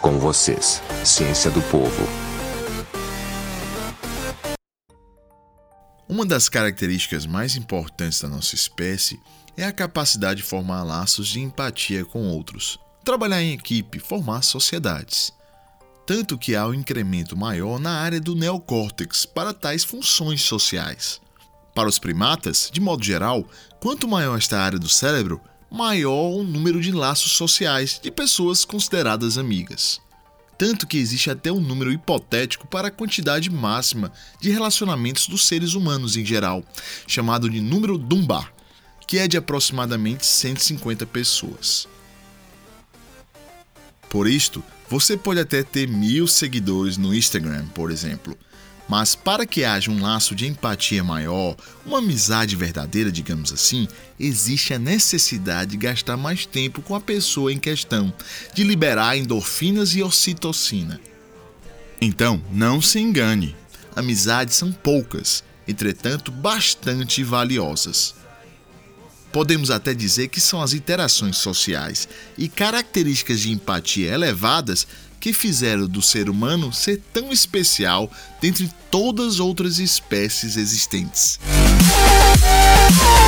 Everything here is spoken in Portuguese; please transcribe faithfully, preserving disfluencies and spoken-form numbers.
Com vocês, Ciência do Povo. Uma das características mais importantes da nossa espécie é a capacidade de formar laços de empatia com outros, trabalhar em equipe, formar sociedades. Tanto que há um incremento maior na área do neocórtex para tais funções sociais. Para os primatas, de modo geral, quanto maior esta área do cérebro, maior o número de laços sociais de pessoas consideradas amigas. Tanto que existe até um número hipotético para a quantidade máxima de relacionamentos dos seres humanos em geral, chamado de número Dunbar, que é de aproximadamente cento e cinquenta pessoas. Por isto, você pode até ter mil seguidores no Instagram, por exemplo, mas para que haja um laço de empatia maior, uma amizade verdadeira, digamos assim, existe a necessidade de gastar mais tempo com a pessoa em questão, de liberar endorfinas e ocitocina. Então, não se engane, amizades são poucas, entretanto bastante valiosas. Podemos até dizer que são as interações sociais e características de empatia elevadas que fizeram do ser humano ser tão especial dentre todas as outras espécies existentes.